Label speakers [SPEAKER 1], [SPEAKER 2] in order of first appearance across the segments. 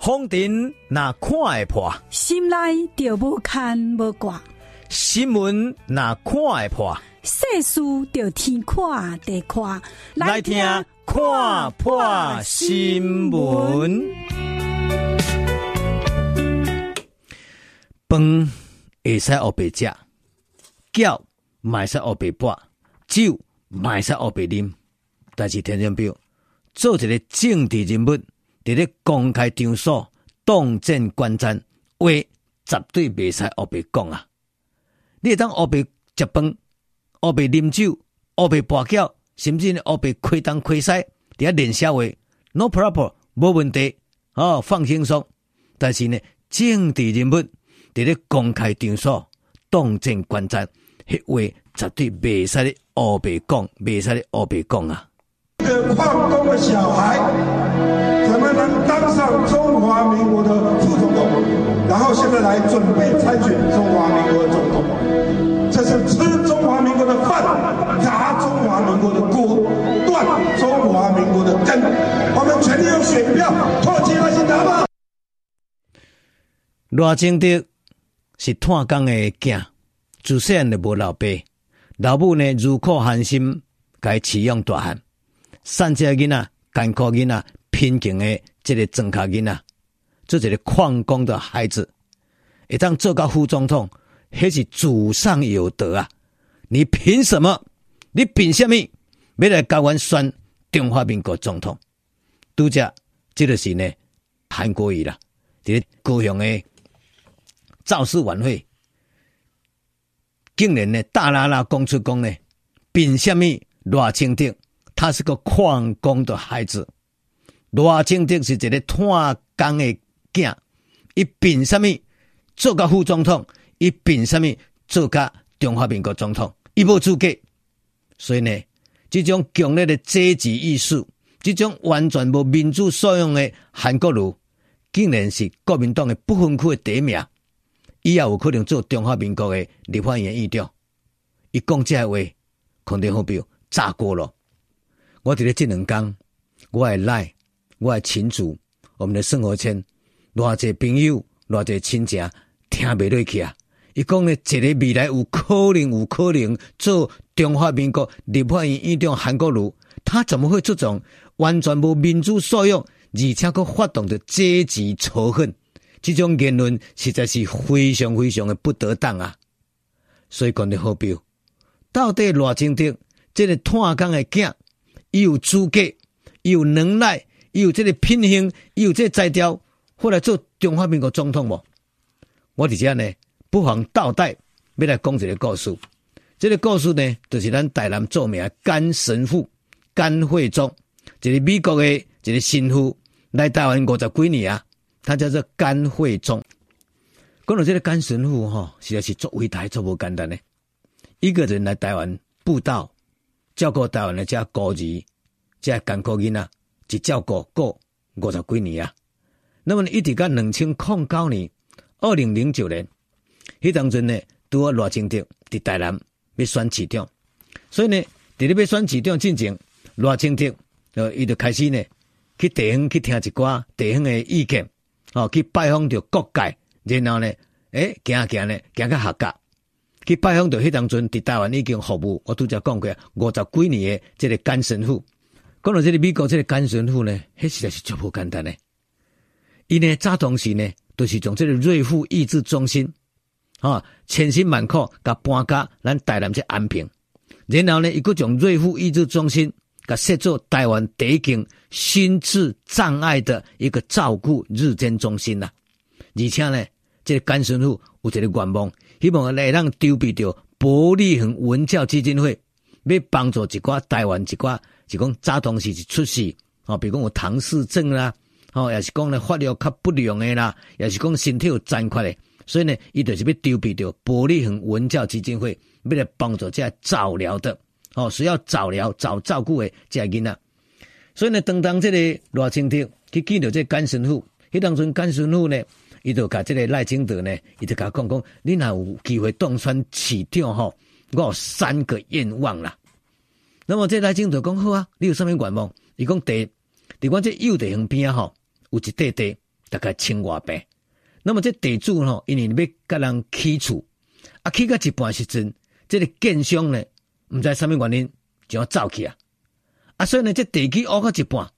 [SPEAKER 1] 风尘若看会破，
[SPEAKER 2] 心内就无牵无挂；
[SPEAKER 1] 新闻若看会破，
[SPEAKER 2] 世事就天看地看。
[SPEAKER 1] 来听看破新闻。饭会使黑白食，饺嘛会使黑白剥，酒嘛会使黑白啉。但是听众朋友，做一个政治人物，伫咧公开场所当众观战，话绝对袂使黑白讲啊！你会当黑白食饭、黑白啉酒、黑白剥饺，甚至呢黑白开东开西，伫遐练社会 ，no problem， 无问题，放轻松。但是呢，政治人物伫咧公开场所当众观战，迄话绝对袂使咧黑白讲，袂使咧黑白讲啊！
[SPEAKER 3] 一个矿工的小孩，怎么能当上中华民国的副总统？然后现在来准备参选中华民国的总统，这是吃中华民国的饭，砸中华民国的锅，断中华民国的根。我们全力用选票唾弃赖清德吧！
[SPEAKER 1] 赖清德是炭工的囝，自细汉就无老爸，老母呢如苦寒心，甲伊饲养大汉。善这囡仔、艰苦囡仔、贫穷的这个庄稼囡仔，做一个矿工的孩子，会当做到副总统，迄是祖上有德啊！你凭什么？你凭什么要来甲阮选中华民国总统？拄则，这就是呢韩国瑜啦，伫高雄的造势晚会，竟然呢大啦啦讲出讲呢，凭什么赖清德？他是个矿工的孩子，赖清德是一个炭工的囝，伊凭什么做个副总统？伊凭什么做个中华民国总统？伊无资格。所以呢，这种强烈的阶级意识，这种完全无民主素养的韩国瑜，竟然是国民党的不分区的第一名，伊也有可能做中华民国的立法院议长。伊讲这话，肯定好比炸锅了。我伫咧这两天，我的赖，我的群主，我们的生活圈，偌济朋友，偌济亲戚听袂落去啊！伊讲呢，一个未来有可能做中华民国立法院院长韩国瑜，他怎么会这种完全无民主素养，而且佫发动的阶级仇恨？这种言论实在是非常非常的不得当啊！所以讲的好比，到底赖清德这个炭工的囝？伊有资格，伊有能耐，伊有这个品行，伊有这个才调，后来做中华民国总统无？我伫遮呢，不妨倒带要来讲一个故事。这个故事呢，就是咱台南著名的甘神父甘惠忠，一个美国的一个神父来台湾50几年啊，他叫做甘惠忠。讲到这个甘神父实在是做伟大做无简单的，一个人来台湾布道。照顾台湾的这孤儿、这艰苦囡仔，一照顾过50几年啊。那么一直到2009年、2009年，迄当阵呢，拄好赖清德伫台南要选市长，所以呢，伫咧要选市长进前，赖清德伊就开始呢去地方去听一寡地方的意见，去拜访着各界，然后呢，行到合格。去拜访到迄当阵伫台湾已经服务，我拄则讲过50几年的这个甘神父。讲到这个美国这个甘神父呢，迄实在是足无简单的。伊呢早当时呢，都是从这个瑞富益智中心，千辛万苦甲搬到咱台南这安平，然后呢，伊佫从瑞富益智中心甲设做台湾第一间心智障碍的一个照顾日间中心啦。而且呢，这个甘神父有一个愿望。希望来让筹备着伯利恒文教基金会，要帮助一寡台湾一寡是讲早当时是出事，比如讲有唐氏症啦，也是讲呢发育较不良的啦，也是讲身体有残缺的，所以呢，伊就是要筹备着伯利恒文教基金会，要来帮助这早疗的，需要早疗早照顾的这囡仔。所以呢，当这个赖清德去见到这甘神父，迄当阵甘神父呢。伊就甲这个赖清德呢，伊就甲讲，你若有机会当选市长我有3个愿望啦。那么这赖清德讲好啊，你有啥物愿望？伊讲第一，伫我这右地方边有一块地， 大概1000外平。那么这地主吼，因为要甲人起厝，起到一半时阵，这个建商呢，毋知啥物原因就要走去所以呢，这地基挖到一半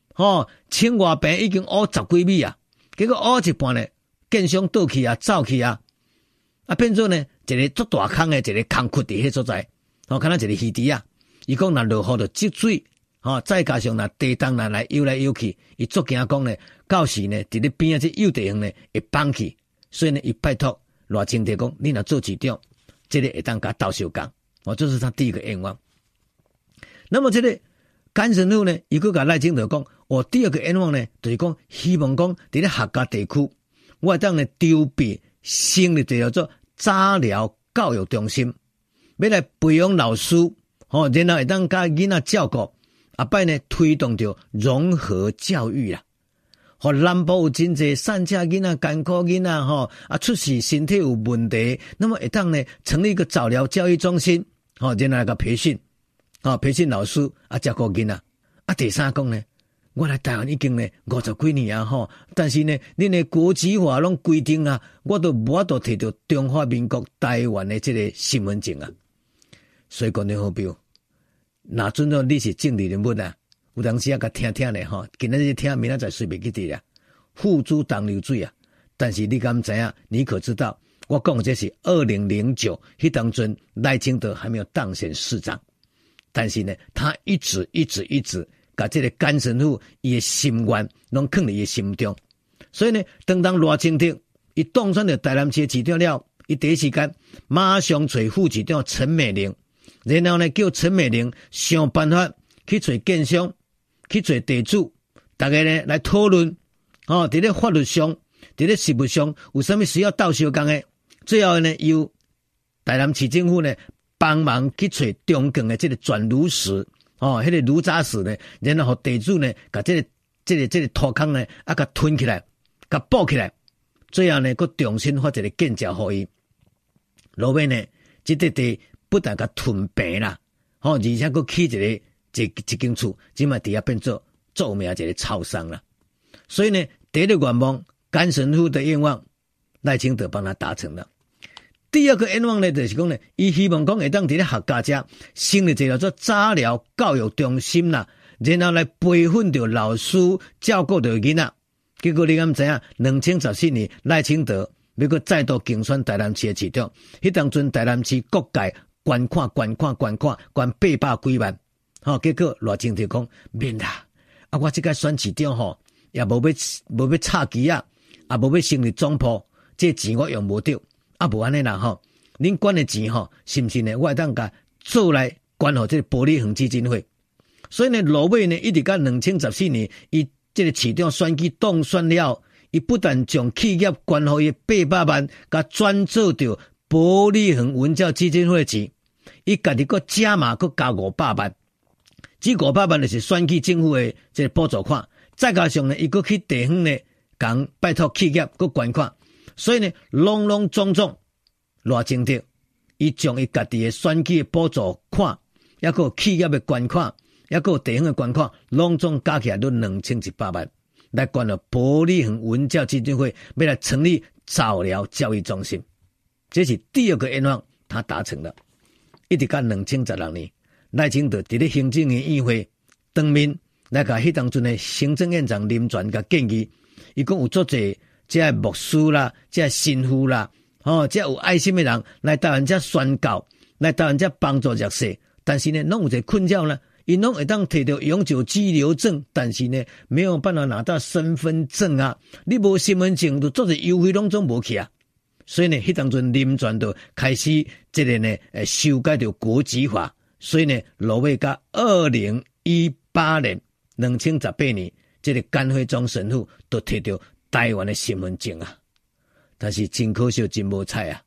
[SPEAKER 1] ，1000外平已经挖10几米结果挖一半呢，建商倒去走去变做呢一个足大坑的一个坑窟伫迄所在，看到一个鱼池伊讲若落雨就积水，再加上若地动来游来游去，伊足惊讲呢，到时呢伫咧边这有地方呢会崩去，所以呢伊拜托赖清德讲，你若做市长，这个会当甲斗相共，这是他第一个愿望。那么这个干神父呢，伊佫甲赖清德讲，我第二个愿望呢，就是讲希望讲伫咧客家地区，我会当呢筹备成立叫做早疗教育中心，要来培养老师，然后会当甲囡仔照顾，摆呢推动着融合教育啦。和南部有真侪散车囡仔、艰苦囡仔出事身体有问题，那么会当呢成立一个早疗教育中心，然后来个培训，培训老师照顾囡仔。第三讲呢，我来台湾已经呢50几年但是呢，恁的国籍法拢规定我都无法度摕到中华民国台湾的这个身份证所以讲你好朋友，若准到你是政治人物有当时甲听听咧今日听明仔载随便去滴付诸东流水但是你敢知影？你可知道？我讲这是2009，迄当阵赖清德还没有当选市长，但是呢，他一直把这个干神父伊的心愿拢放伫伊心中，所以呢，当赖清德伊当选了台南市市长了，伊第一时间马上找副市长陈美玲，然后呢叫陈美玲想办法去找建商。去做地主，大家呢来讨论，伫咧法律上，伫咧实务上有啥物需要斗相共的，最后呢由台南市政府呢帮忙去找中共的这个转炉石，迄个炉渣石呢，然后地主呢把这个土坑呢甲吞起来，甲补起来，最后呢佫重新发一个建照互伊。落尾呢，这块地不但甲吞平啦，而且佫起一间厝，即卖底下变做著名一个超商啦。所以呢，第一个愿望，干神父的愿望，赖清德帮他达成了。第二个愿望呢，就是讲呢，伊希望讲会当伫咧客家遮成立一个叫做早疗教育中心啦，然后来培训着老师照顾着囡仔。结果你敢知影？2014年赖清德要佮再度竞选台南市的市长，迄当阵台南市各界捐800几万。结果赖清德讲免啦，我这个选市长也无要插旗也无要成立总部，这钱我用无着，无安尼啦恁捐的钱是不是呢？我会当甲做来捐互这个玻璃园基金会。所以呢，落尾呢一直到2014年，伊这个市长选举当选了，伊不但将企业捐互伊800万，甲转做着玻璃园文教基金会钱，伊家己佫加码佫加500万。这500万就是选举政府的这个补助款，再加上呢，伊佫去地方呢，讲拜托企业佫捐款，所以呢，隆隆种种，赖清德，伊将伊家己的选举的补助款，也佫企业的捐款，也佫地方的捐款，拢总加起来都2100万，来捐了玻璃园文教基金会，要来成立早疗教育中心。这是第二个愿望，他达成了。一直到2016年。赖清德伫咧行政院议会当面来甲迄当阵的行政院长林全甲建议，伊讲有足侪这牧师啦、这神父啦，这有爱心的人来台湾这宣教，来台湾这帮助弱势，但是呢，拢有一个困扰呢，因拢会当摕到永久居留证，但是呢，没有办法拿到身份证你无身份证，就做者优惠拢总无去所以呢，迄当阵林全就开始这个呢，修改着国籍法。所以呢，落尾到2018年2018年，这个干惠忠神父都摕到台湾的身份证但是真可惜，真无彩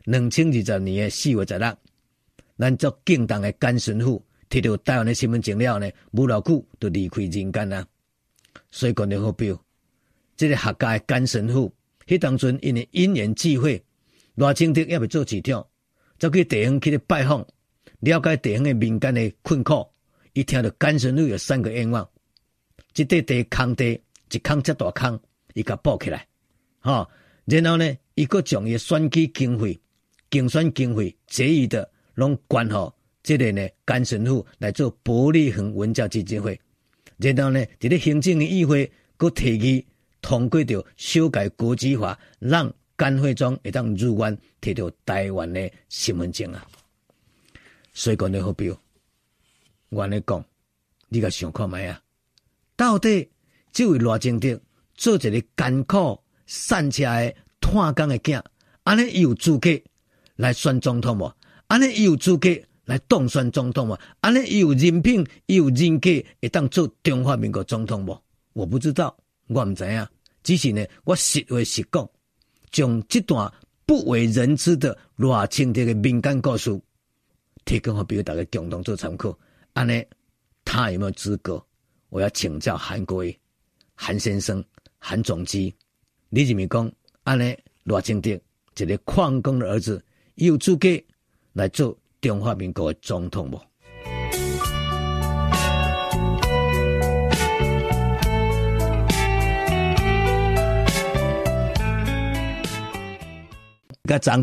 [SPEAKER 1] 2020年4月16日，咱做敬重的干神父摕到台湾的身份证了呢，无偌久就离开人间所以讲你好表，这个客家的干神父，迄当阵因为因缘际会，赖清德也未做市长，走去地方去咧拜访。了解地方的民间的困苦，伊听到干神父有3个愿望，这块地空地一空这大空， 伊甲报起来，然后呢，伊佫将伊选举经费、竞选经费结余的，拢捐予这个呢干神父来做伯利恒文教基金会。然后呢，伫咧行政议会佫提议通过着修改国籍法，让干会庄会当入关摕到台湾的身份证啊。所以讲你好表，我安尼讲，你甲想看觅啊？到底这位赖清德做一个艰苦散车的炭工的囝，安尼伊有资格来选总统无？安尼伊有资格来当选总统无？安尼伊有人品，伊有人格，会当做中华民国总统无？我不知道，我唔知影。只是呢，我实话实讲，将这段不为人知的赖清德的民间故事提供给大家共同做参考。安尼，他有没有资格？我要请教韩国瑜、韩先生、韩总机，你认为讲安尼赖清德一个矿工的儿子有资格来做中华民国的总统无？个